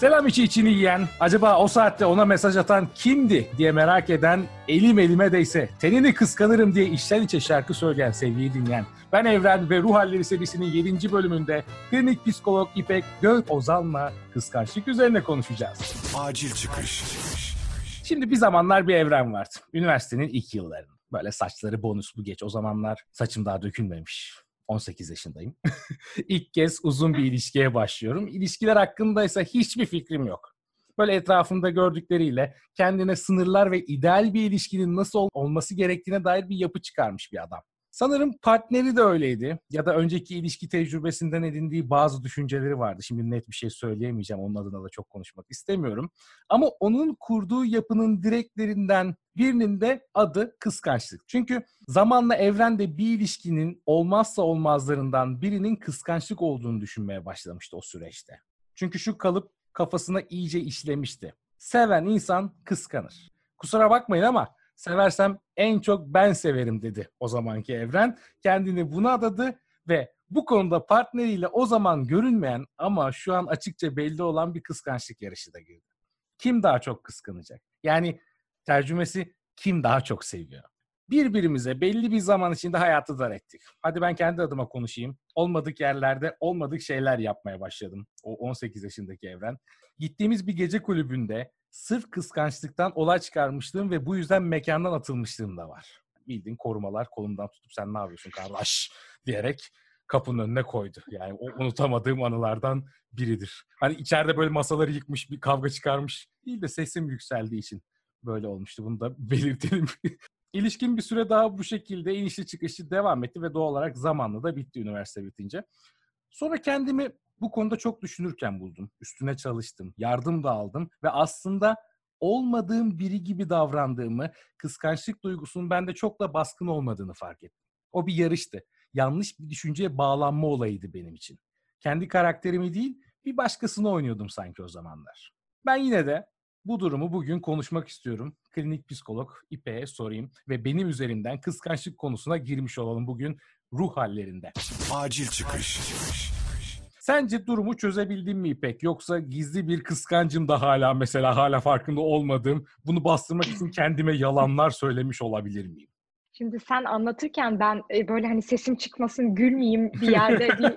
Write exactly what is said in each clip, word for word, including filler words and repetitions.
Selam içi içini yiyen, acaba o saatte ona mesaj atan kimdi diye merak eden, elim elime değse tenini kıskanırım diye içten içe şarkı söyleyen sevgiyi dinleyen, ben Evren ve Ruh Halleri serisinin yedinci bölümünde klinik psikolog İpek Gökozan'la kıskançlık üzerine konuşacağız. Acil çıkış. Şimdi bir zamanlar bir Evren vardı. Üniversitenin ilk yıllarında. Böyle saçları bonuslu geç. O zamanlar saçım daha dökülmemiş. on sekiz yaşındayım. İlk kez uzun bir ilişkiye başlıyorum. İlişkiler hakkındaysa hiçbir fikrim yok. Böyle etrafımda gördükleriyle kendine sınırlar ve ideal bir ilişkinin nasıl ol- olması gerektiğine dair bir yapı çıkarmış bir adam. Sanırım partneri de öyleydi ya da önceki ilişki tecrübesinden edindiği bazı düşünceleri vardı. Şimdi net bir şey söyleyemeyeceğim, onun adına da çok konuşmak istemiyorum. Ama onun kurduğu yapının direklerinden birinin de adı kıskançlık. Çünkü zamanla evrende bir ilişkinin olmazsa olmazlarından birinin kıskançlık olduğunu düşünmeye başlamıştı o süreçte. Çünkü şu kalıp kafasına iyice işlemişti. Seven insan kıskanır. Kusura bakmayın ama seversem en çok ben severim dedi o zamanki evren. Kendini buna adadı ve bu konuda partneriyle o zaman görünmeyen ama şu an açıkça belli olan bir kıskançlık yarışı da girdi. Kim daha çok kıskanacak? Yani tercümesi kim daha çok seviyor? Birbirimize belli bir zaman içinde hayatı dar ettik. Hadi ben kendi adıma konuşayım. Olmadık yerlerde olmadık şeyler yapmaya başladım. O on sekiz yaşındaki evren. Gittiğimiz bir gece kulübünde sırf kıskançlıktan olay çıkarmışlığım ve bu yüzden mekandan atılmışlığım da var. Bildiğin korumalar kolumdan tutup sen ne yapıyorsun kardeş diyerek kapının önüne koydu. Yani o unutamadığım anılardan biridir. Hani içeride böyle masaları yıkmış, bir kavga çıkarmış değil de sesim yükseldiği için böyle olmuştu. Bunu da belirtelim. İlişkim bir süre daha bu şekilde inişli çıkışlı devam etti ve doğal olarak zamanla da bitti üniversite bitince. Sonra kendimi bu konuda çok düşünürken buldum. Üstüne çalıştım, yardım da aldım ve aslında olmadığım biri gibi davrandığımı, kıskançlık duygusunun bende çok da baskın olmadığını fark ettim. O bir yarıştı. Yanlış bir düşünceye bağlanma olayıydı benim için. Kendi karakterimi değil, bir başkasını oynuyordum sanki o zamanlar. Ben yine de bu durumu bugün konuşmak istiyorum. Klinik psikolog İpek'e sorayım ve benim üzerimden kıskançlık konusuna girmiş olalım bugün ruh hallerinde. Acil çıkış. Sence durumu çözebildim mi İpek? Yoksa gizli bir kıskancım da hala mesela hala farkında olmadığım, bunu bastırmak için kendime yalanlar söylemiş olabilir miyim? Şimdi sen anlatırken ben e, böyle hani sesim çıkmasın, gülmeyeyim bir yerde bir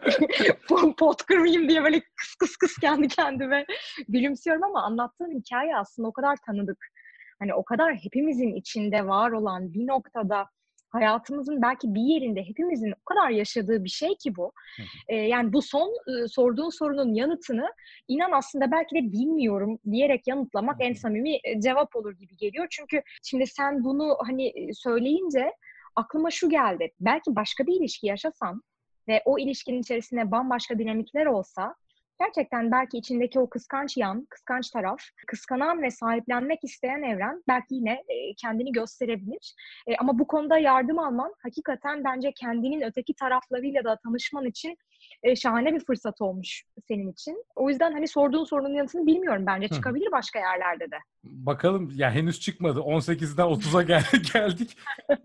pot kırmayayım diye böyle kıs kıs kıs kendi kendime gülümsüyorum ama anlattığın hikaye aslında o kadar tanıdık. Hani o kadar hepimizin içinde var olan bir noktada hayatımızın belki bir yerinde hepimizin o kadar yaşadığı bir şey ki bu. Ee, yani bu son e, sorduğun sorunun yanıtını inan aslında belki de bilmiyorum diyerek yanıtlamak en samimi e, cevap olur gibi geliyor. Çünkü şimdi sen bunu hani e, söyleyince aklıma şu geldi. Belki başka bir ilişki yaşasam ve o ilişkinin içerisinde bambaşka dinamikler olsa gerçekten belki içindeki o kıskanç yan, kıskanç taraf, kıskanan ve sahiplenmek isteyen evren belki yine e, kendini gösterebilir. E, ama bu konuda yardım alman hakikaten bence kendinin öteki taraflarıyla da tanışman için e, şahane bir fırsat olmuş senin için. O yüzden hani sorduğun sorunun yanıtını bilmiyorum. Bence çıkabilir başka yerlerde de. Bakalım ya, henüz çıkmadı. on sekizden otuza gel- geldik.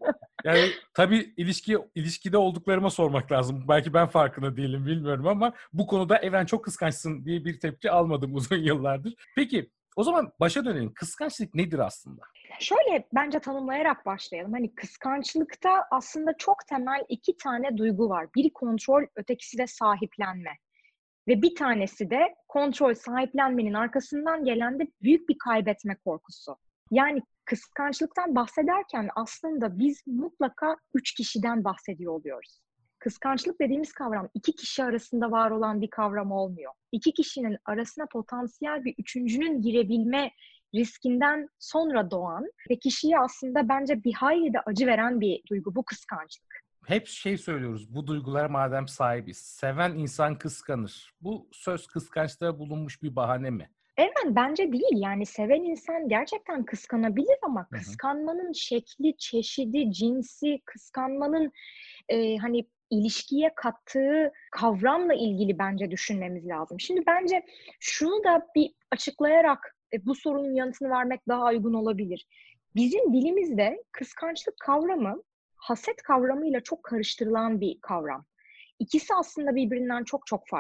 Yani tabii ilişki ilişkide olduklarıma sormak lazım. Belki ben farkında değilim, bilmiyorum ama bu konuda evren çok kıskançsın diye bir tepki almadım uzun yıllardır. Peki o zaman başa dönelim. Kıskançlık nedir aslında? Şöyle bence tanımlayarak başlayalım. Hani kıskançlıkta aslında çok temel iki tane duygu var. Biri kontrol, ötekisi de sahiplenme. Ve bir tanesi de kontrol, sahiplenmenin arkasından gelen de büyük bir kaybetme korkusu. Yani kıskançlıktan bahsederken aslında biz mutlaka üç kişiden bahsediyor oluyoruz. Kıskançlık dediğimiz kavram iki kişi arasında var olan bir kavram olmuyor. İki kişinin arasına potansiyel bir üçüncünün girebilme riskinden sonra doğan ve kişiye aslında bence bir hayli de acı veren bir duygu bu kıskançlık. Hep şey söylüyoruz. Bu duygulara madem sahibiz, seven insan kıskanır. Bu söz kıskançlığa bulunmuş bir bahane mi? Evet, bence değil. Yani seven insan gerçekten kıskanabilir ama Hı hı. kıskanmanın şekli, çeşidi, cinsi, kıskanmanın e, hani ilişkiye kattığı kavramla ilgili bence düşünmemiz lazım. Şimdi bence şunu da bir açıklayarak e, bu sorunun yanıtını vermek daha uygun olabilir. Bizim dilimizde kıskançlık kavramı haset kavramıyla çok karıştırılan bir kavram. İkisi aslında birbirinden çok çok farklı.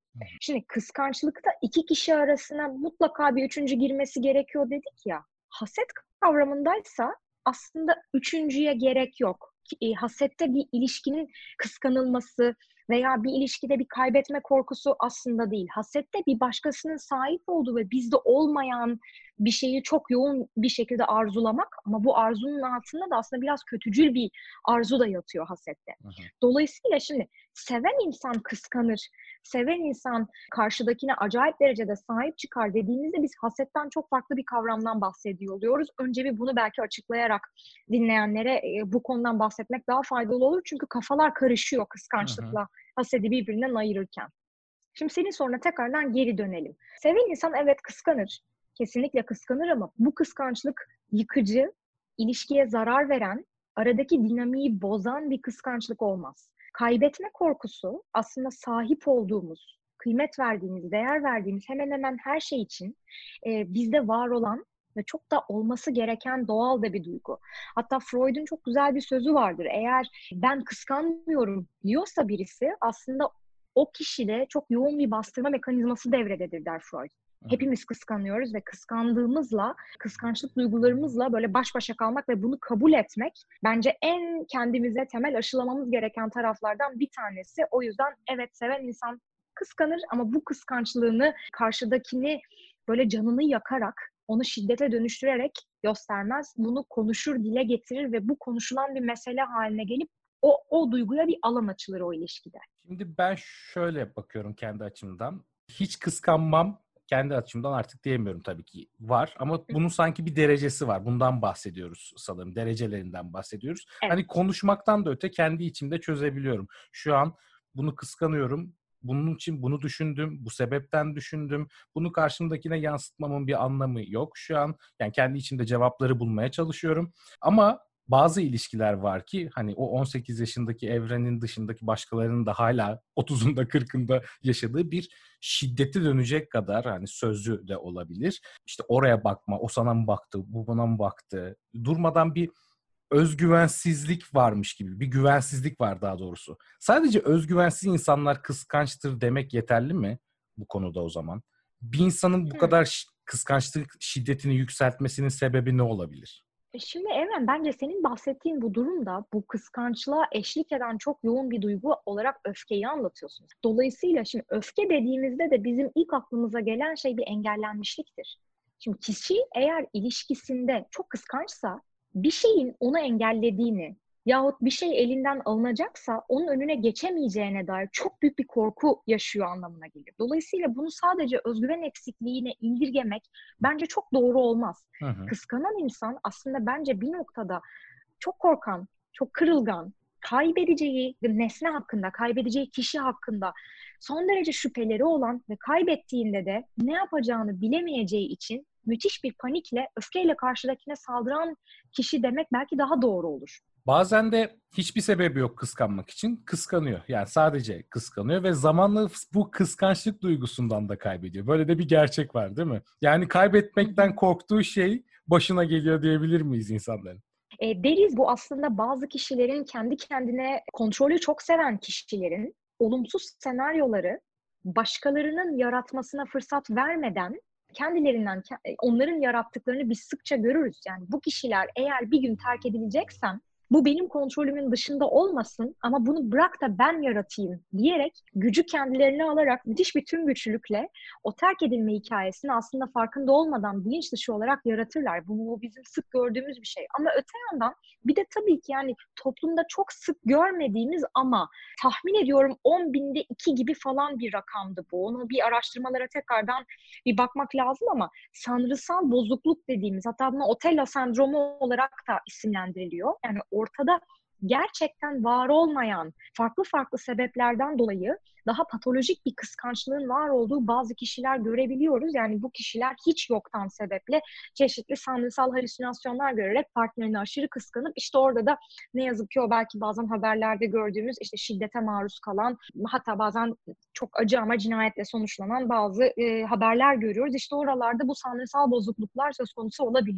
Şimdi kıskançlıkta iki kişi arasına mutlaka bir üçüncü girmesi gerekiyor dedik ya. Haset kavramındaysa aslında üçüncüye gerek yok. E, hasette bir ilişkinin kıskanılması veya bir ilişkide bir kaybetme korkusu aslında değil. Hasette bir başkasının sahip olduğu ve bizde olmayan bir şeyi çok yoğun bir şekilde arzulamak, ama bu arzunun altında da aslında biraz kötücül bir arzu da yatıyor hasette. Hı hı. Dolayısıyla şimdi seven insan kıskanır, seven insan karşıdakine acayip derecede sahip çıkar dediğimizde biz hasetten çok farklı bir kavramdan bahsediyor oluyoruz. Önce bir bunu belki açıklayarak dinleyenlere e, bu konudan bahsetmek daha faydalı olur. Çünkü kafalar karışıyor kıskançlıkla hasedi birbirinden ayırırken. Şimdi senin soruna tekrardan geri dönelim. Seven insan evet kıskanır. Kesinlikle kıskanır ama bu kıskançlık yıkıcı, ilişkiye zarar veren, aradaki dinamiği bozan bir kıskançlık olmaz. Kaybetme korkusu aslında sahip olduğumuz, kıymet verdiğimiz, değer verdiğimiz hemen hemen her şey için e, bizde var olan ve çok da olması gereken doğal da bir duygu. Hatta Freud'un çok güzel bir sözü vardır. Eğer ben kıskanmıyorum diyorsa birisi, aslında o kişide çok yoğun bir bastırma mekanizması devrededir der Freud. Hepimiz kıskanıyoruz ve kıskandığımızla, kıskançlık duygularımızla böyle baş başa kalmak ve bunu kabul etmek bence en kendimize temel aşılamamız gereken taraflardan bir tanesi. O yüzden evet, seven insan kıskanır ama bu kıskançlığını karşıdakini böyle canını yakarak, onu şiddete dönüştürerek göstermez. Bunu konuşur, dile getirir ve bu konuşulan bir mesele haline gelip o, o duyguya bir alan açılır o ilişkide. Şimdi ben şöyle bakıyorum kendi açımdan. Hiç kıskanmam kendi açımdan artık diyemiyorum tabii ki. Var ama bunun sanki bir derecesi var. Bundan bahsediyoruz sanırım. Derecelerinden bahsediyoruz. Evet. Hani konuşmaktan da öte kendi içimde çözebiliyorum. Şu an bunu kıskanıyorum. Bunun için bunu düşündüm. Bu sebepten düşündüm. Bunu karşımdakine yansıtmamın bir anlamı yok. Şu an yani kendi içimde cevapları bulmaya çalışıyorum. Ama bazı ilişkiler var ki hani o on sekiz yaşındaki evrenin dışındaki başkalarının da hala otuzunda kırkında yaşadığı bir şiddete dönecek kadar hani sözlü de olabilir. İşte oraya bakma, o sana mı baktı, bu bana mı baktı? Durmadan bir özgüvensizlik varmış gibi, bir güvensizlik var daha doğrusu. Sadece özgüvensiz insanlar kıskançtır demek yeterli mi bu konuda o zaman? Bir insanın bu kadar kıskançlık şiddetini yükseltmesinin sebebi ne olabilir? Şimdi Evren, bence senin bahsettiğin bu durumda bu kıskançlığa eşlik eden çok yoğun bir duygu olarak öfkeyi anlatıyorsun. Dolayısıyla şimdi öfke dediğimizde de bizim ilk aklımıza gelen şey bir engellenmişliktir. Şimdi kişi eğer ilişkisinde çok kıskançsa bir şeyin onu engellediğini yahut bir şey elinden alınacaksa onun önüne geçemeyeceğine dair çok büyük bir korku yaşıyor anlamına gelir. Dolayısıyla bunu sadece özgüven eksikliğine indirgemek bence çok doğru olmaz. Hı hı. Kıskanan insan aslında bence bir noktada çok korkan, çok kırılgan, kaybedeceği nesne hakkında, kaybedeceği kişi hakkında son derece şüpheleri olan ve kaybettiğinde de ne yapacağını bilemeyeceği için müthiş bir panikle, öfkeyle karşıdakine saldıran kişi demek belki daha doğru olur. Bazen de hiçbir sebebi yok kıskanmak için. Kıskanıyor. Yani sadece kıskanıyor ve zamanla bu kıskançlık duygusundan da kaybediyor. Böyle de bir gerçek var değil mi? Yani kaybetmekten korktuğu şey başına geliyor diyebilir miyiz insanların? E, deriz bu aslında bazı kişilerin kendi kendine kontrolü çok seven kişilerin olumsuz senaryoları başkalarının yaratmasına fırsat vermeden kendilerinden, onların yarattıklarını biz sıkça görürüz. Yani bu kişiler eğer bir gün terk edileceksem bu benim kontrolümün dışında olmasın ama bunu bırak da ben yaratayım diyerek gücü kendilerine alarak müthiş bir tüm güçlülükle o terk edilme hikayesini aslında farkında olmadan bilinç dışı olarak yaratırlar. Bu, bu bizim sık gördüğümüz bir şey. Ama öte yandan bir de tabii ki yani toplumda çok sık görmediğimiz ama tahmin ediyorum on binde iki gibi falan bir rakamdı bu. Onu bir araştırmalara tekrardan bir bakmak lazım ama sanrısal bozukluk dediğimiz, hatta buna Otello sendromu olarak da isimlendiriliyor. Yani ortada gerçekten var olmayan farklı farklı sebeplerden dolayı daha patolojik bir kıskançlığın var olduğu bazı kişiler görebiliyoruz. Yani bu kişiler hiç yoktan sebeple çeşitli sanrısal halüsinasyonlar görerek partnerini aşırı kıskanıp işte orada da ne yazık ki o belki bazen haberlerde gördüğümüz işte şiddete maruz kalan, hatta bazen çok acı ama cinayetle sonuçlanan bazı e, haberler görüyoruz. İşte oralarda bu sanrısal bozukluklar söz konusu olabiliyor.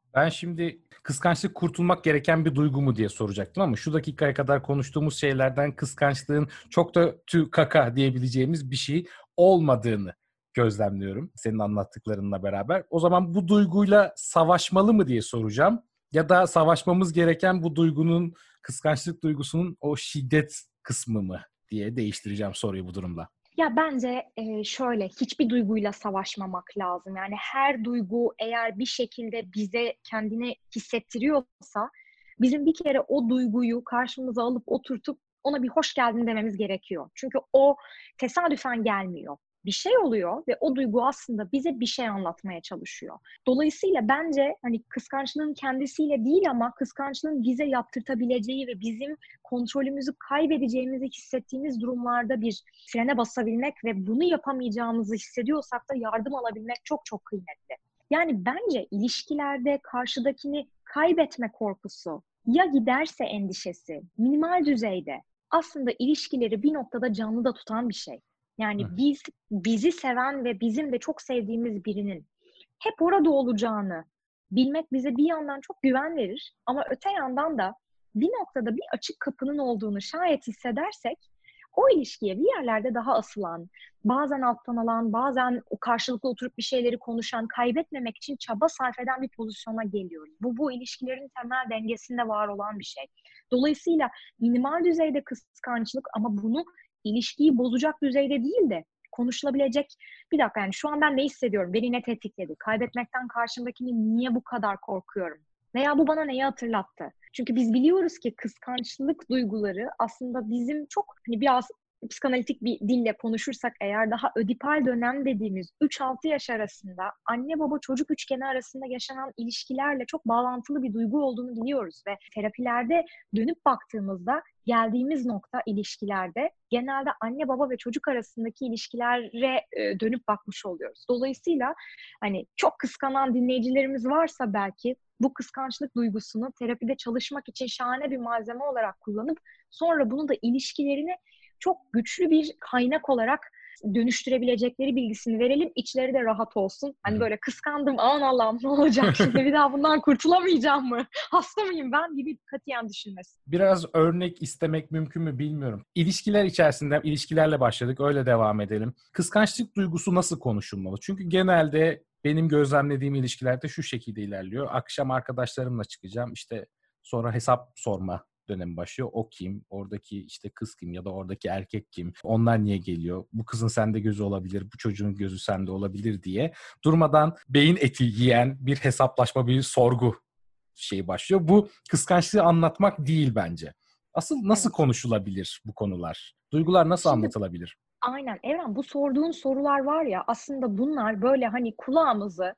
Ben şimdi kıskançlık kurtulmak gereken bir duygu mu diye soracaktım ama şu dakikaya kadar konuştuğumuz şeylerden kıskançlığın çok da tü kaka diyebileceğimiz bir şey olmadığını gözlemliyorum senin anlattıklarınla beraber. O zaman bu duyguyla savaşmalı mı diye soracağım. Ya da savaşmamız gereken bu duygunun, kıskançlık duygusunun o şiddet kısmı mı diye değiştireceğim soruyu bu durumda. Ya bence e, şöyle, hiçbir duyguyla savaşmamak lazım. Yani her duygu eğer bir şekilde bize kendini hissettiriyorsa bizim bir kere o duyguyu karşımıza alıp oturtup ona bir hoş geldin dememiz gerekiyor. Çünkü o tesadüfen gelmiyor. Bir şey oluyor ve o duygu aslında bize bir şey anlatmaya çalışıyor. Dolayısıyla bence hani kıskançlığın kendisiyle değil ama kıskançlığın bize yaptırtabileceği ve bizim kontrolümüzü kaybedeceğimizi hissettiğimiz durumlarda bir frene basabilmek ve bunu yapamayacağımızı hissediyorsak da yardım alabilmek çok çok kıymetli. Yani bence ilişkilerde karşıdakini kaybetme korkusu ya giderse endişesi minimal düzeyde aslında ilişkileri bir noktada canlı da tutan bir şey. Yani biz bizi seven ve bizim de çok sevdiğimiz birinin hep orada olacağını bilmek bize bir yandan çok güven verir ama öte yandan da bir noktada bir açık kapının olduğunu şayet hissedersek o ilişkiye bir yerlerde daha asılan, bazen alttan alan, bazen o karşılıklı oturup bir şeyleri konuşan, kaybetmemek için çaba sarf eden bir pozisyona geliyoruz. Bu, bu ilişkilerin temel dengesinde var olan bir şey. Dolayısıyla minimal düzeyde kıskançlık ama bunu ilişkiyi bozacak düzeyde değil de konuşulabilecek, bir dakika yani şu an ben ne hissediyorum, beni ne tetikledi, kaybetmekten karşımdakini niye bu kadar korkuyorum veya bu bana neyi hatırlattı? Çünkü biz biliyoruz ki kıskançlık duyguları aslında bizim çok hani biraz psikanalitik bir dille konuşursak eğer daha ödipal dönem dediğimiz üç altı yaş arasında anne baba çocuk üçgeni arasında yaşanan ilişkilerle çok bağlantılı bir duygu olduğunu biliyoruz ve terapilerde dönüp baktığımızda geldiğimiz nokta ilişkilerde genelde anne baba ve çocuk arasındaki ilişkilere dönüp bakmış oluyoruz. Dolayısıyla hani çok kıskanan dinleyicilerimiz varsa belki bu kıskançlık duygusunu terapide çalışmak için şahane bir malzeme olarak kullanıp sonra bunu da ilişkilerini çok güçlü bir kaynak olarak dönüştürebilecekleri bilgisini verelim. İçleri de rahat olsun. Hani böyle kıskandım, aman Allah'ım ne olacak şimdi bir daha bundan kurtulamayacağım mı? Hasta mıyım ben gibi katiyen düşünmesin. Biraz örnek istemek mümkün mü bilmiyorum. İlişkiler içerisinde, ilişkilerle başladık, öyle devam edelim. Kıskançlık duygusu nasıl konuşulmalı? Çünkü genelde benim gözlemlediğim ilişkilerde şu şekilde ilerliyor. Akşam arkadaşlarımla çıkacağım, işte sonra hesap sorma dönemi başlıyor. O kim? Oradaki işte kız kim ya da oradaki erkek kim? Onlar niye geliyor? Bu kızın sende gözü olabilir, bu çocuğun gözü sende olabilir diye durmadan beyin eti yiyen bir hesaplaşma, bir sorgu şeyi başlıyor. Bu kıskançlığı anlatmak değil bence. Asıl nasıl Evet. konuşulabilir bu konular? Duygular nasıl Şimdi anlatılabilir? aynen Evren, bu sorduğun sorular var ya aslında bunlar böyle hani kulağımızı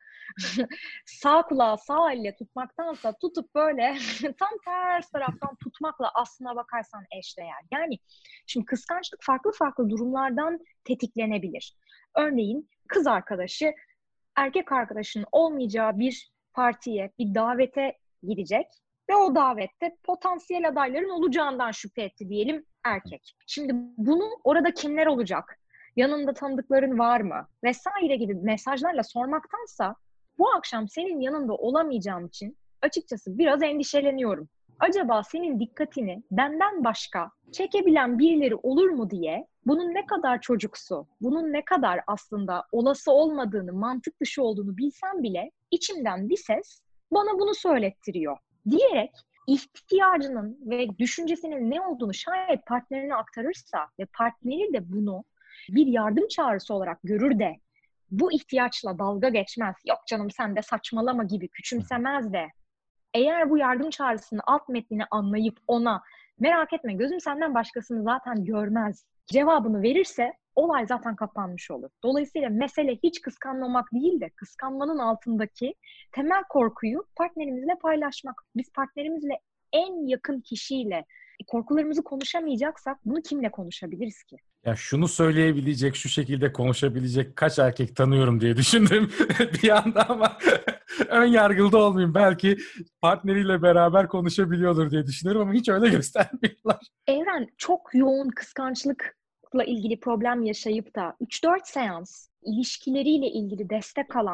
sağ kulağı sağ elle tutmaktansa tutup böyle tam ters taraftan tutmakla aslına bakarsan eşdeğer. Yani şimdi kıskançlık farklı farklı durumlardan tetiklenebilir. Örneğin kız arkadaşı erkek arkadaşının olmayacağı bir partiye, bir davete gidecek ve o davette potansiyel adayların olacağından şüphe etti diyelim erkek. Şimdi bunu orada kimler olacak? Yanında tanıdıkların var mı? Vesaire gibi mesajlarla sormaktansa bu akşam senin yanında olamayacağım için açıkçası biraz endişeleniyorum. Acaba senin dikkatini benden başka çekebilen birileri olur mu diye bunun ne kadar çocuksu, bunun ne kadar aslında olası olmadığını, mantık dışı olduğunu bilsem bile içimden bir ses bana bunu söylettiriyor diyerek ihtiyacının ve düşüncesinin ne olduğunu şayet partnerine aktarırsa ve partneri de bunu bir yardım çağrısı olarak görür de bu ihtiyaçla dalga geçmez, yok canım sen de saçmalama gibi küçümsemez de eğer bu yardım çağrısının alt metnini anlayıp ona merak etme gözüm senden başkasını zaten görmez cevabını verirse olay zaten kapanmış olur. Dolayısıyla mesele hiç kıskanmamak değil de kıskanmanın altındaki temel korkuyu partnerimizle paylaşmak. Biz partnerimizle en yakın kişiyle korkularımızı konuşamayacaksak bunu kimle konuşabiliriz ki? Ya şunu söyleyebilecek, şu şekilde konuşabilecek kaç erkek tanıyorum diye düşündüm bir anda ama ön yargılı da olmayayım. Belki partneriyle beraber konuşabiliyordur diye düşünüyorum ama hiç öyle göstermiyorlar. Evren çok yoğun kıskançlıkla ilgili problem yaşayıp da üç dört seans ilişkileriyle ilgili destek alan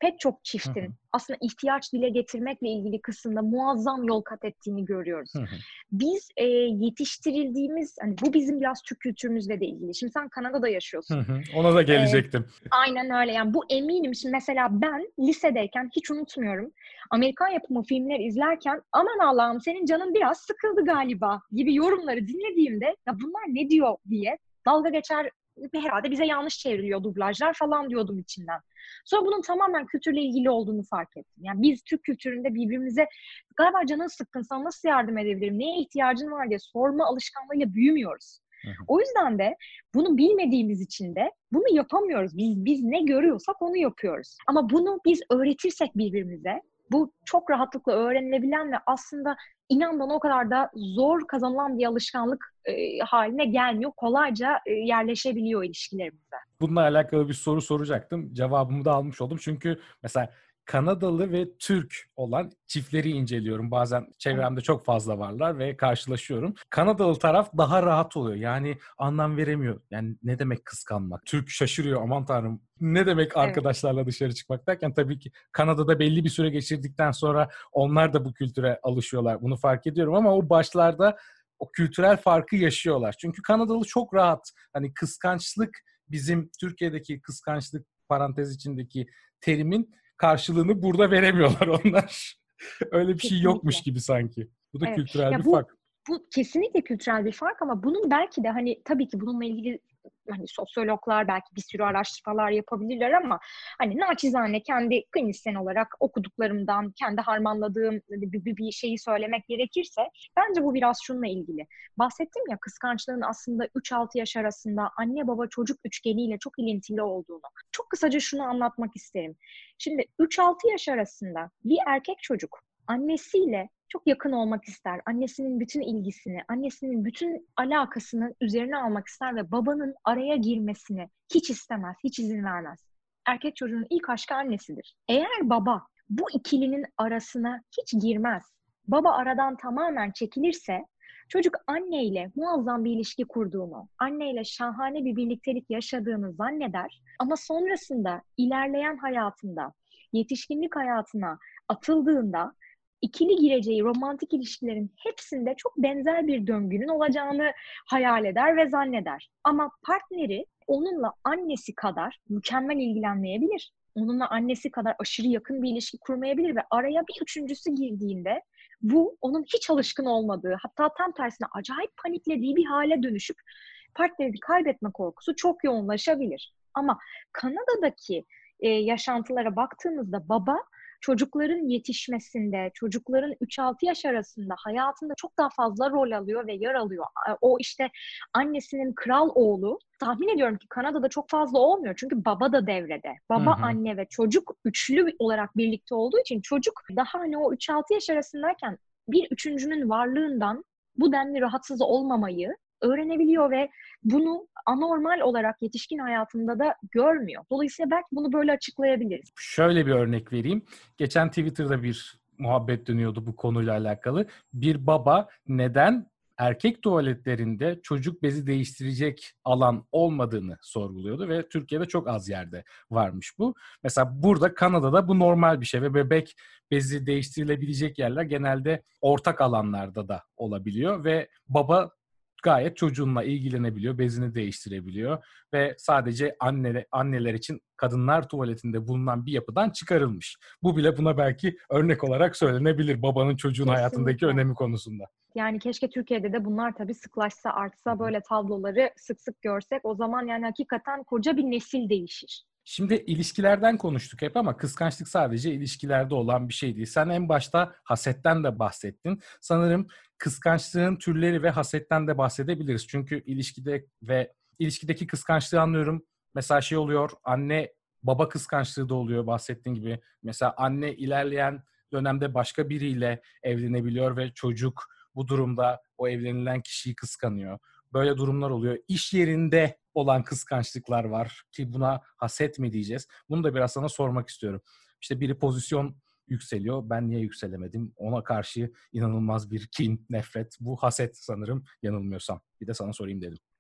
pek çok Hı hı. çiftin aslında ihtiyaç dile getirmekle ilgili kısımda muazzam yol kat ettiğini görüyoruz. Hı hı. Biz e, yetiştirildiğimiz, hani bu bizim biraz Türk kültürümüzle de ilgili. Şimdi sen Kanada'da Hı yaşıyorsun. hı. Ona da E, gelecektim. aynen öyle. Yani bu eminim. Şimdi mesela ben lisedeyken hiç unutmuyorum. Amerikan yapımı filmler izlerken aman Allah'ım senin canın biraz sıkıldı galiba gibi yorumları dinlediğimde ya bunlar ne diyor diye dalga geçer, herhalde bize yanlış çevriliyor dublajlar falan diyordum içinden. Sonra bunun tamamen kültürle ilgili olduğunu fark ettim. Yani biz Türk kültüründe birbirimize galiba canın sıkkın, sana nasıl yardım edebilirim, neye ihtiyacın var diye sorma alışkanlığıyla büyümüyoruz. Hı hı. O yüzden de bunu bilmediğimiz için de bunu yapamıyoruz. Biz biz ne görüyorsak onu yapıyoruz. Ama bunu biz öğretirsek birbirimize, bu çok rahatlıkla öğrenilebilen ve aslında inan bana o kadar da zor kazanılan bir alışkanlık e, haline gelmiyor. Kolayca e, yerleşebiliyor ilişkilerimize. Bununla alakalı bir soru soracaktım. Cevabımı da almış oldum. Çünkü mesela Kanadalı ve Türk olan çiftleri inceliyorum. Bazen Evet. çevremde çok fazla varlar ve karşılaşıyorum. Kanadalı taraf daha rahat oluyor. Yani anlam veremiyor. Yani ne demek kıskanmak? Türk şaşırıyor, aman tanrım. Ne demek Evet. arkadaşlarla dışarı çıkmak derken, tabii ki Kanada'da belli bir süre geçirdikten sonra onlar da bu kültüre alışıyorlar. Bunu fark ediyorum ama o başlarda o kültürel farkı yaşıyorlar. Çünkü Kanadalı çok rahat. Hani kıskançlık, bizim Türkiye'deki kıskançlık parantez içindeki terimin karşılığını burada veremiyorlar onlar. Öyle bir şey yokmuş Kesinlikle. gibi sanki. Bu da Evet. kültürel bir Ya bu fark. bu kesinlikle kültürel bir fark ama bunun belki de hani tabii ki bununla ilgili hani sosyologlar belki bir sürü araştırmalar yapabilirler ama hani naçizane kendi klinisyen olarak okuduklarımdan, kendi harmanladığım bir, bir, bir şeyi söylemek gerekirse bence bu biraz şununla ilgili. Bahsettim ya kıskançlığın aslında üç altı yaş arasında anne baba çocuk üçgeniyle çok ilintili olduğunu. Çok kısaca şunu anlatmak isterim. Şimdi üç altı yaş arasında bir erkek çocuk annesiyle çok yakın olmak ister. Annesinin bütün ilgisini, annesinin bütün alakasını üzerine almak ister ve babanın araya girmesini hiç istemez, hiç izin vermez. Erkek çocuğun ilk aşkı annesidir. Eğer baba bu ikilinin arasına hiç girmez, baba aradan tamamen çekilirse çocuk anneyle muazzam bir ilişki kurduğunu, anneyle şahane bir birliktelik yaşadığını zanneder ama sonrasında ilerleyen hayatında, yetişkinlik hayatına atıldığında ikili gireceği romantik ilişkilerin hepsinde çok benzer bir döngünün olacağını hayal eder ve zanneder. Ama partneri onunla annesi kadar mükemmel ilgilenmeyebilir. Onunla annesi kadar aşırı yakın bir ilişki kurmayabilir ve araya bir üçüncüsü girdiğinde bu onun hiç alışkın olmadığı, hatta tam tersine acayip paniklediği bir hale dönüşüp partnerini kaybetme korkusu çok yoğunlaşabilir. Ama Kanada'daki e, yaşantılara baktığımızda baba çocukların yetişmesinde, çocukların üç altı yaş arasında hayatında çok daha fazla rol alıyor ve yer alıyor. O işte annesinin kral oğlu, tahmin ediyorum ki Kanada'da çok fazla olmuyor. Çünkü baba da devrede. Hı Baba, hı. anne ve çocuk üçlü olarak birlikte olduğu için çocuk daha hani o üç altı yaş arasındayken bir üçüncünün varlığından bu denli rahatsız olmamayı öğrenebiliyor ve bunu anormal olarak yetişkin hayatında da görmüyor. Dolayısıyla belki bunu böyle açıklayabiliriz. Şöyle bir örnek vereyim. Geçen Twitter'da bir muhabbet dönüyordu bu konuyla alakalı. Bir baba neden erkek tuvaletlerinde çocuk bezi değiştirecek alan olmadığını sorguluyordu ve Türkiye'de çok az yerde varmış bu. Mesela burada, Kanada'da bu normal bir şey ve bebek bezi değiştirilebilecek yerler genelde ortak alanlarda da olabiliyor ve baba gayet çocuğunla ilgilenebiliyor, bezini değiştirebiliyor ve sadece anne, anneler için kadınlar tuvaletinde bulunan bir yapıdan çıkarılmış. Bu bile buna belki örnek olarak söylenebilir babanın çocuğun hayatındaki Kesinlikle. önemi konusunda. Yani keşke Türkiye'de de bunlar tabii sıklaşsa, Hı artsa, hı. böyle tabloları sık sık görsek. O zaman yani hakikaten koca bir nesil değişir. Şimdi ilişkilerden konuştuk hep ama kıskançlık sadece ilişkilerde olan bir şey değil. Sen en başta hasetten de bahsettin. Sanırım kıskançlığın türleri ve hasetten de bahsedebiliriz. Çünkü ilişkide ve ilişkideki kıskançlığı anlıyorum. Mesela şey oluyor, anne baba kıskançlığı da oluyor bahsettiğin gibi. Mesela anne ilerleyen dönemde başka biriyle evlenebiliyor ve çocuk bu durumda o evlenilen kişiyi kıskanıyor. Böyle durumlar oluyor. İş yerinde olan kıskançlıklar var ki buna haset mi diyeceğiz? Bunu da biraz sana sormak istiyorum. İşte biri pozisyon yükseliyor. Ben niye yükselemedim? Ona karşı inanılmaz bir kin, nefret. Bu haset sanırım, yanılmıyorsam. Bir de sana sorayım dedim.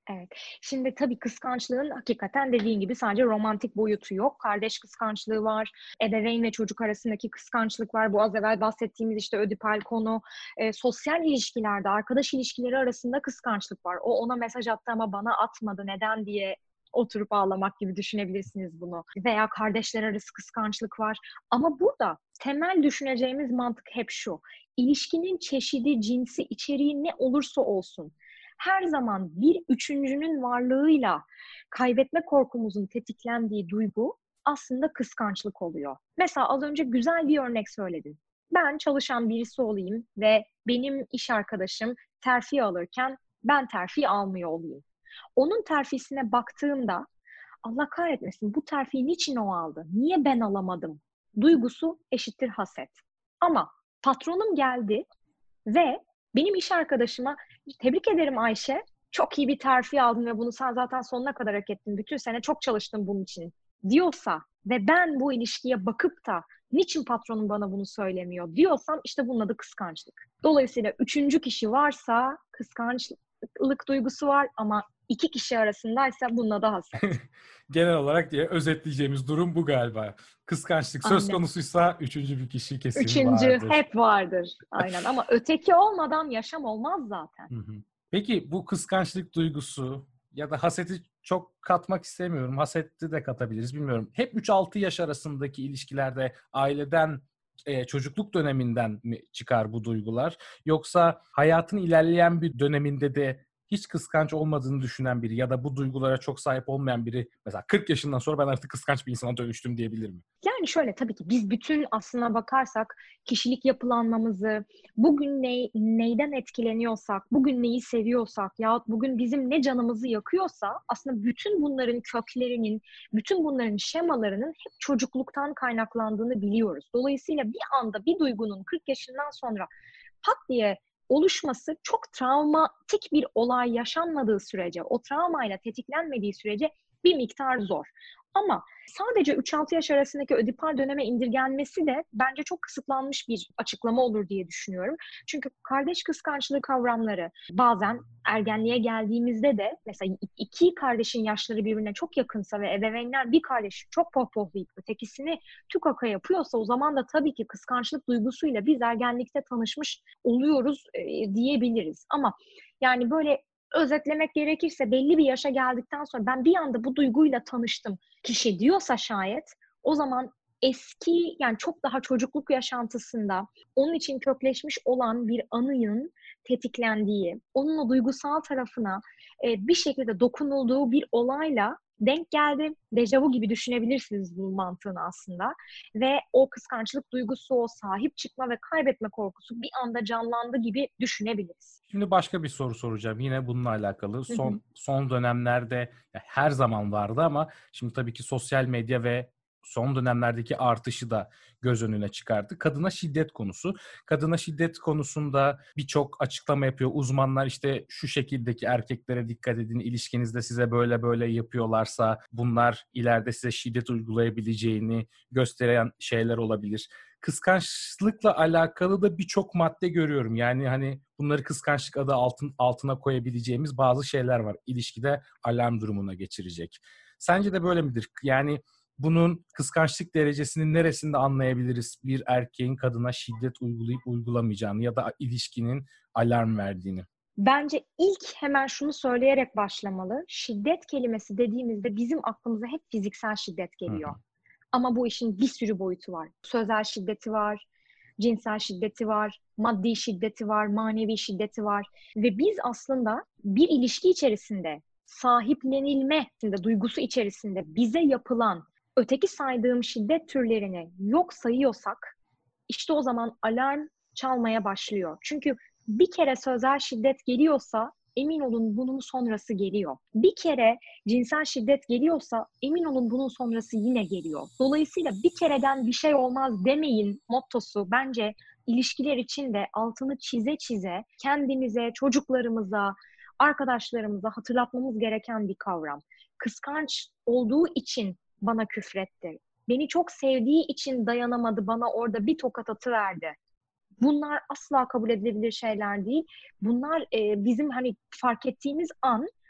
Evet. Şimdi tabii kıskançlığın hakikaten dediğin gibi sadece romantik boyutu yok. Kardeş kıskançlığı var, ebeveyn ve çocuk arasındaki kıskançlık var. Bu az evvel bahsettiğimiz işte ödipal konu. E, sosyal ilişkilerde, arkadaş ilişkileri arasında kıskançlık var. O ona mesaj attı ama bana atmadı. Neden diye oturup ağlamak gibi düşünebilirsiniz bunu. Veya kardeşler arası kıskançlık var. Ama burada temel düşüneceğimiz mantık hep şu. İlişkinin çeşidi, cinsi, içeriği ne olursa olsun, her zaman bir üçüncünün varlığıyla kaybetme korkumuzun tetiklendiği duygu aslında kıskançlık oluyor. Mesela az önce güzel bir örnek söyledin. Ben çalışan birisi olayım ve benim iş arkadaşım terfi alırken ben terfi almıyor olayım. Onun terfisine baktığımda Allah kahretmesin bu terfiyi niçin o aldı? Niye ben alamadım? Duygusu eşittir haset. Ama patronum geldi ve benim iş arkadaşıma tebrik ederim Ayşe, çok iyi bir terfi aldın ve bunu sen zaten sonuna kadar hak ettin. Bütün sene çok çalıştım bunun için diyorsa ve ben bu ilişkiye bakıp da niçin patronum bana bunu söylemiyor diyorsam işte bunun adı kıskançlık. Dolayısıyla üçüncü kişi varsa kıskançlık duygusu var ama iki kişi arasındaysa bunun adı haset. Genel olarak diye özetleyeceğimiz durum bu galiba. Kıskançlık söz Aynen. konusuysa üçüncü bir kişi kesin Üçüncü vardır. hep vardır. Aynen ama öteki olmadan yaşam olmaz zaten. Hı hı. Peki bu kıskançlık duygusu ya da haseti çok katmak istemiyorum. Haseti de katabiliriz bilmiyorum. Hep üç altı yaş arasındaki ilişkilerde aileden, e, çocukluk döneminden mi çıkar bu duygular? Yoksa hayatın ilerleyen bir döneminde de hiç kıskanç olmadığını düşünen biri ya da bu duygulara çok sahip olmayan biri mesela kırk yaşından sonra ben artık kıskanç bir insana dönüştüm diyebilir mi? Yani şöyle tabii ki biz bütün aslına bakarsak kişilik yapılanmamızı, bugün ne, neyden etkileniyorsak, bugün neyi seviyorsak yahut bugün bizim ne canımızı yakıyorsa aslında bütün bunların köklerinin, bütün bunların şemalarının hep çocukluktan kaynaklandığını biliyoruz. Dolayısıyla bir anda bir duygunun kırk yaşından sonra pat diye oluşması çok travmatik bir olay yaşanmadığı sürece, o travmayla tetiklenmediği sürece bir miktar zor. Ama sadece üç altı yaş arasındaki ödipal döneme indirgenmesi de bence çok kısıtlanmış bir açıklama olur diye düşünüyorum. Çünkü kardeş kıskançlığı kavramları bazen ergenliğe geldiğimizde de mesela iki kardeşin yaşları birbirine çok yakınsa ve ebeveynler bir kardeşi çok pohpohlayıp ötekisini tükaka yapıyorsa o zaman da tabii ki kıskançlık duygusuyla biz ergenlikte tanışmış oluyoruz e, diyebiliriz. Ama yani böyle özetlemek gerekirse belli bir yaşa geldikten sonra ben bir anda bu duyguyla tanıştım kişi diyorsa şayet o zaman eski yani çok daha çocukluk yaşantısında onun için kökleşmiş olan bir anının tetiklendiği, onun o duygusal tarafına e, bir şekilde dokunulduğu bir olayla denk geldi. Dejavu gibi düşünebilirsiniz bu mantığını aslında. Ve o kıskançlık duygusu, o sahip çıkma ve kaybetme korkusu bir anda canlandı gibi düşünebiliriz. Şimdi başka bir soru soracağım. Yine bununla alakalı. Hı hı. Son son dönemlerde ya her zaman vardı ama şimdi tabii ki sosyal medya ve son dönemlerdeki artışı da göz önüne çıkardı. Kadına şiddet konusu. Kadına şiddet konusunda birçok açıklama yapıyor. Uzmanlar işte şu şekildeki erkeklere dikkat edin. İlişkinizde size böyle böyle yapıyorlarsa bunlar ileride size şiddet uygulayabileceğini gösteren şeyler olabilir. Kıskançlıkla alakalı da birçok madde görüyorum. Yani hani bunları kıskançlık adı altın, altına koyabileceğimiz bazı şeyler var. İlişkide alarm durumuna geçirecek. Sence de böyle midir? Yani bunun kıskançlık derecesinin neresinde anlayabiliriz bir erkeğin kadına şiddet uygulayıp uygulamayacağını ya da ilişkinin alarm verdiğini? Bence ilk hemen şunu söyleyerek başlamalı. Şiddet kelimesi dediğimizde bizim aklımıza hep fiziksel şiddet Hı geliyor. hı. Ama bu işin bir sürü boyutu var. Sözel şiddeti var, cinsel şiddeti var, maddi şiddeti var, manevi şiddeti var. Ve biz aslında bir ilişki içerisinde sahiplenilme duygusu içerisinde bize yapılan öteki saydığım şiddet türlerini yok sayıyorsak işte o zaman alarm çalmaya başlıyor. Çünkü bir kere sözel şiddet geliyorsa emin olun bunun sonrası geliyor. Bir kere cinsel şiddet geliyorsa emin olun bunun sonrası yine geliyor. Dolayısıyla bir kereden bir şey olmaz demeyin mottosu bence ilişkiler için de altını çize çize kendimize, çocuklarımıza, arkadaşlarımıza hatırlatmamız gereken bir kavram. Kıskanç olduğu için bana küfretti. Beni çok sevdiği için dayanamadı, bana orada bir tokat atıverdi. Bunlar asla kabul edilebilir şeyler değil. Bunlar e, bizim hani fark ettiğimiz an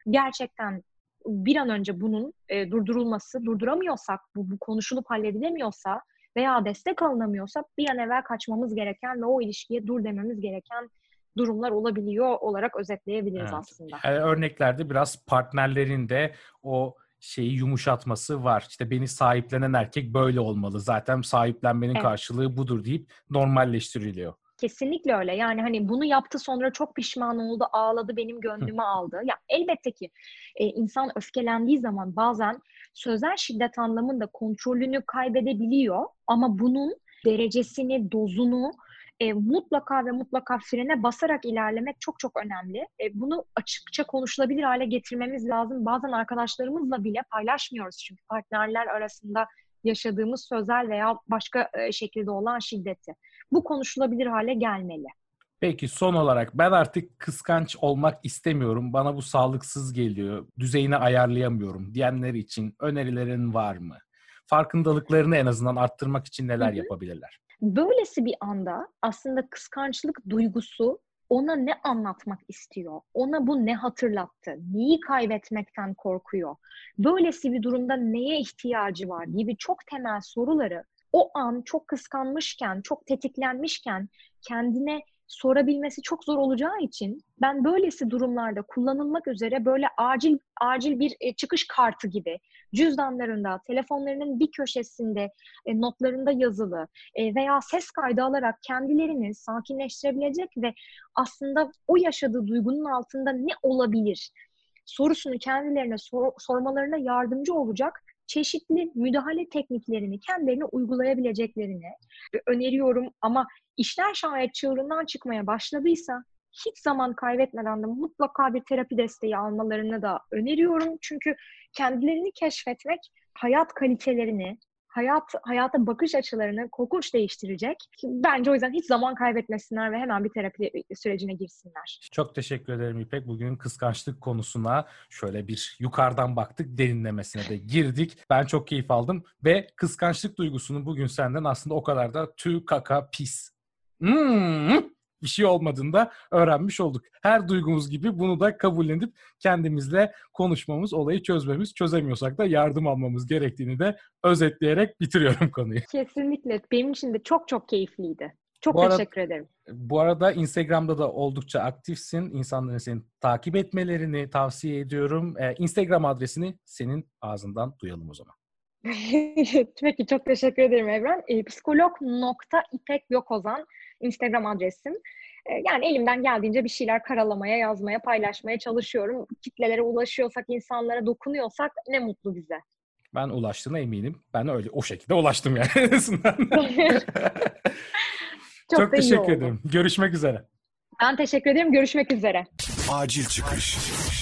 gerçekten bir an önce bunun e, durdurulması, durduramıyorsak, bu, bu konuşulup halledilemiyorsa veya destek alınamıyorsa bir an evvel kaçmamız gereken ve o ilişkiye dur dememiz gereken durumlar olabiliyor olarak özetleyebiliriz evet. aslında. Yani örneklerde biraz partnerlerin de o şeyi yumuşatması var. İşte beni sahiplenen erkek böyle olmalı. Zaten sahiplenmenin evet. karşılığı budur deyip normalleştiriliyor. Kesinlikle öyle. Yani hani bunu yaptı sonra çok pişman oldu, ağladı, benim gönlümü aldı. Ya elbette ki e, insan öfkelendiği zaman bazen sözel şiddet anlamında kontrolünü kaybedebiliyor. Ama bunun derecesini, dozunu e, mutlaka ve mutlaka frene basarak ilerlemek çok çok önemli. E, bunu açıkça konuşulabilir hale getirmemiz lazım. Bazen arkadaşlarımızla bile paylaşmıyoruz çünkü partnerler arasında yaşadığımız sözel veya başka e, şekilde olan şiddeti. Bu konuşulabilir hale gelmeli. Peki son olarak ben artık kıskanç olmak istemiyorum. Bana bu sağlıksız geliyor. Düzeyini ayarlayamıyorum diyenler için önerilerin var mı? Farkındalıklarını en azından arttırmak için neler Hı-hı. yapabilirler? Böylesi bir anda aslında kıskançlık duygusu ona ne anlatmak istiyor? Ona bu ne hatırlattı? Neyi kaybetmekten korkuyor? Böylesi bir durumda neye ihtiyacı var gibi çok temel soruları o an çok kıskanmışken, çok tetiklenmişken kendine sorabilmesi çok zor olacağı için ben böylesi durumlarda kullanılmak üzere böyle acil acil bir e, çıkış kartı gibi cüzdanlarında, telefonlarının bir köşesinde e, notlarında yazılı e, veya ses kaydı alarak kendilerini sakinleştirebilecek ve aslında o yaşadığı duygunun altında ne olabilir sorusunu kendilerine sor, sormalarına yardımcı olacak çeşitli müdahale tekniklerini kendilerine uygulayabileceklerini öneriyorum. Ama işler şayet çığırından çıkmaya başladıysa hiç zaman kaybetmeden de mutlaka bir terapi desteği almalarını da öneriyorum. Çünkü kendilerini keşfetmek hayat kalitelerini, hayat hayata bakış açılarını korkunç değiştirecek. Bence o yüzden hiç zaman kaybetmesinler ve hemen bir terapi sürecine girsinler. Çok teşekkür ederim İpek. Bugün kıskançlık konusuna şöyle bir yukarıdan baktık, derinlemesine de girdik. Ben çok keyif aldım ve kıskançlık duygusunu bugün senden aslında o kadar da tüy, kaka, pis hmm, bir şey olmadığını da öğrenmiş olduk. Her duygumuz gibi bunu da kabullenip kendimizle konuşmamız, olayı çözmemiz, çözemiyorsak da yardım almamız gerektiğini de özetleyerek bitiriyorum konuyu. Kesinlikle. Benim için de çok çok keyifliydi. Çok bu teşekkür arada, ederim. Bu arada Instagram'da da oldukça aktifsin. İnsanların seni takip etmelerini tavsiye ediyorum. Ee, Instagram adresini senin ağzından duyalım o zaman. Peki çok teşekkür ederim Evren. E, psikolog nokta ipek Gökozan Instagram adresim. E, yani elimden geldiğince bir şeyler karalamaya, yazmaya, paylaşmaya çalışıyorum. Kitlelere ulaşıyorsak, insanlara dokunuyorsak ne mutlu bize. Ben ulaştığına eminim. Ben öyle o şekilde ulaştım yani en azından. Çok, Çok teşekkür ederim. Görüşmek üzere. Ben teşekkür ederim. Görüşmek üzere. Acil çıkış.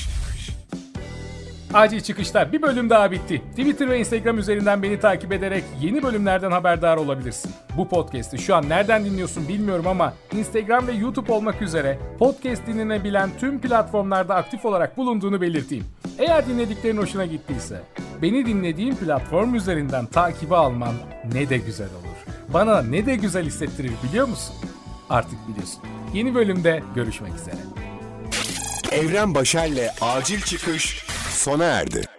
Acil çıkışta bir bölüm daha bitti. Twitter ve Instagram üzerinden beni takip ederek yeni bölümlerden haberdar olabilirsin. Bu podcast'i şu an nereden dinliyorsun bilmiyorum ama Instagram ve YouTube olmak üzere podcast dinlenebilen tüm platformlarda aktif olarak bulunduğunu belirteyim. Eğer dinlediklerin hoşuna gittiyse beni dinlediğin platform üzerinden takibe alman ne de güzel olur. Bana ne de güzel hissettirir biliyor musun? Artık biliyorsun. Yeni bölümde görüşmek üzere. Evren Başer'le Acil Çıkış sona erdi.